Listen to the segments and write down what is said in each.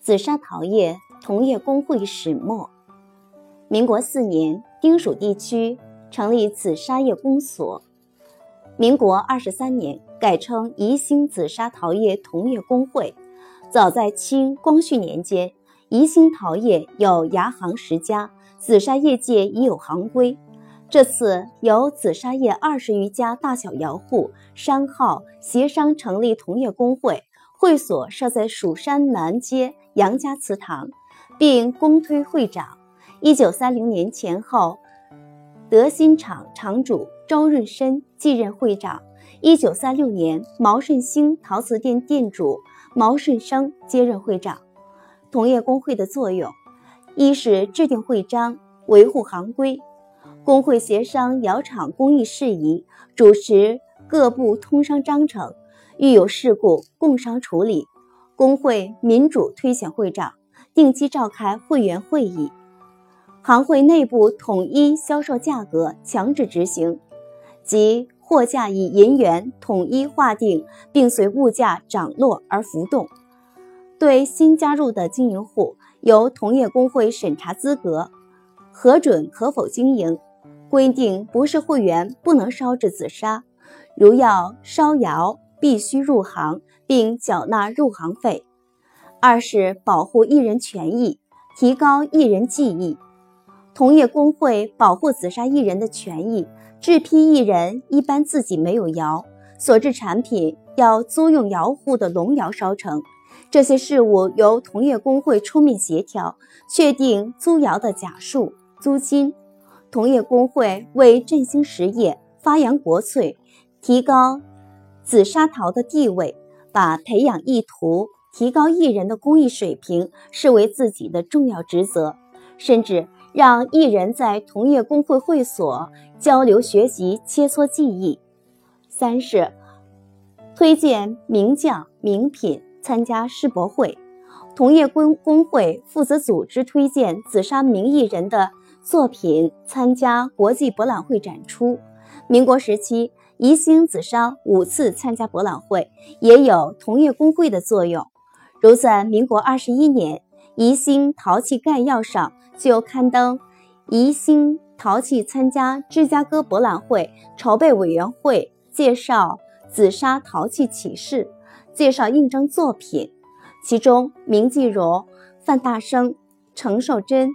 紫砂陶业同业工会始末。民国4年，丁蜀地区成立紫砂业公所。民国23年，改称宜兴紫砂陶业同业工会。早在清光绪年间，宜兴陶业有牙行10家，紫砂业界已有行规。这次由紫砂业20余家大小窑户、商号协商成立同业工会，会所设在蜀山南街杨家祠堂，并公推会长。1930年前后，德兴厂厂主周润生继任会长。1936年，毛顺兴陶瓷店店主毛顺生接任会长。同业工会的作用：一是制定会章，维护行规；工会协商窑厂工艺事宜，主持各部通商章程，遇有事故共商处理。工会民主推选会长，定期召开会员会议。行会内部统一销售价格，强制执行，即货价以银元统一划定，并随物价涨落而浮动。对新加入的经营户，由同业工会审查资格，核准可否经营，规定不是会员不能烧制紫砂，如要烧窑必须入行，并缴纳入行费。二是保护艺人权益，提高艺人技艺。同业工会保护紫砂艺人的权益，制坯艺人一般自己没有窑，所制产品要租用窑户的龙窑烧成，这些事务由同业工会出面协调，确定租窑的甲数、租金。同业工会为振兴实业、发扬国粹，提高紫砂陶的地位，把培养艺徒、提高艺人的工艺水平视为自己的重要职责，甚至让艺人在同业工会会所交流学习，切磋技艺。三是推荐名匠名品参加世博会，同业工会负责组织推荐紫砂名艺人的作品参加国际博览会展出。民国时期，宜兴紫砂5次参加博览会，也有同业工会的作用。如在民国21年，宜兴陶器概要上就刊登宜兴陶器参加芝加哥博览会筹备委员会介绍紫砂陶器启示，介绍应征作品，其中名记如范大生、程寿珍、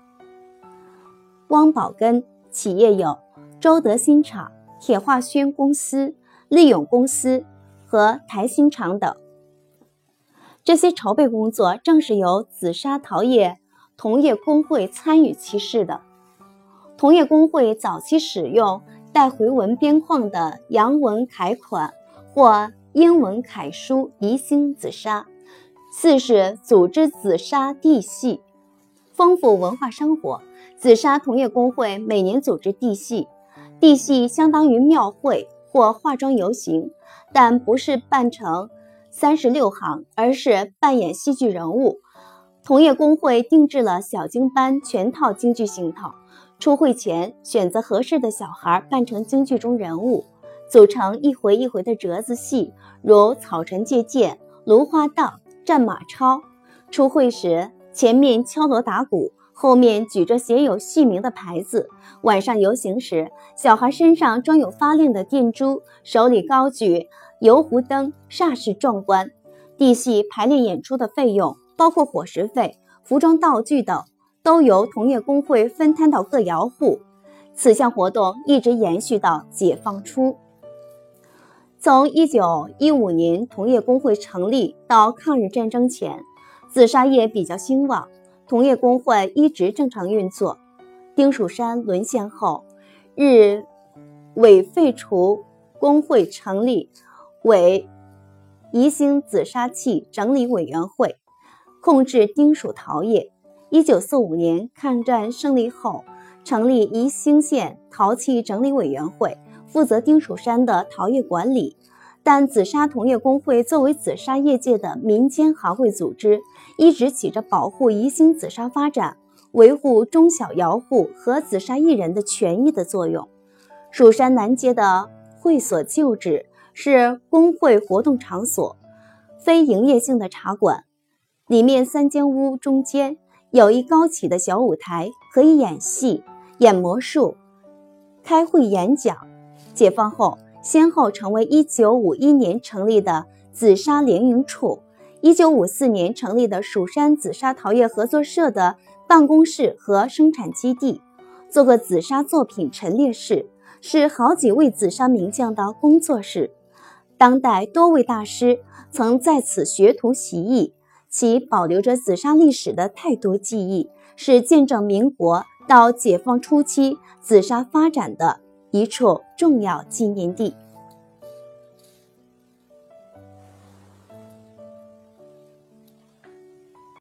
汪宝根，企业有周德新厂、铁化轩公司、利永公司和台新厂等。这些筹备工作正是由紫砂陶业同业工会参与其事的。同业工会早期使用带回文边框的洋文楷款或英文楷书宜兴紫砂。四是组织紫砂地系，丰富文化生活。紫砂同业工会每年组织地系，地系相当于庙会或化妆游行，但不是办成36行，而是扮演戏剧人物。同业工会定制了小京班全套京剧行头，出会前选择合适的小孩扮成京剧中人物，组成一回一回的折子戏，如草尘借箭、芦花荡、战马超。出会时，前面敲锣打鼓，后面举着写有戏名的牌子。晚上游行时，小孩身上装有发亮的电珠，手里高举油壶灯，煞是壮观。地系排练演出的费用，包括伙食费、服装道具等，都由同业工会分摊到各窑户。此项活动一直延续到解放初。从1915年同业工会成立到抗日战争前，紫砂业比较兴旺，同业工会一直正常运作。丁蜀山沦陷后，日伪废除工会，成立伪宜兴紫砂器整理委员会，控制丁蜀陶业。1945年抗战胜利后，成立宜兴县陶器整理委员会，负责丁蜀山的陶业管理。但紫砂同业工会作为紫砂业界的民间行会组织，一直起着保护宜兴紫砂发展、维护中小窑户和紫砂艺人的权益的作用。蜀山南街的会所旧址是工会活动场所，非营业性的茶馆， 里面3间屋中间有一高起的小舞台，可以演戏、演魔术、开会演讲。解放后，先后成为1951年成立的紫砂联营处、1954年成立的蜀山紫砂陶业合作社的办公室和生产基地，做个紫砂作品陈列室，是好几位紫砂名匠的工作室。当代多位大师曾在此学徒习艺，其保留着紫砂历史的太多记忆，是见证民国到解放初期紫砂发展的一处重要纪念地。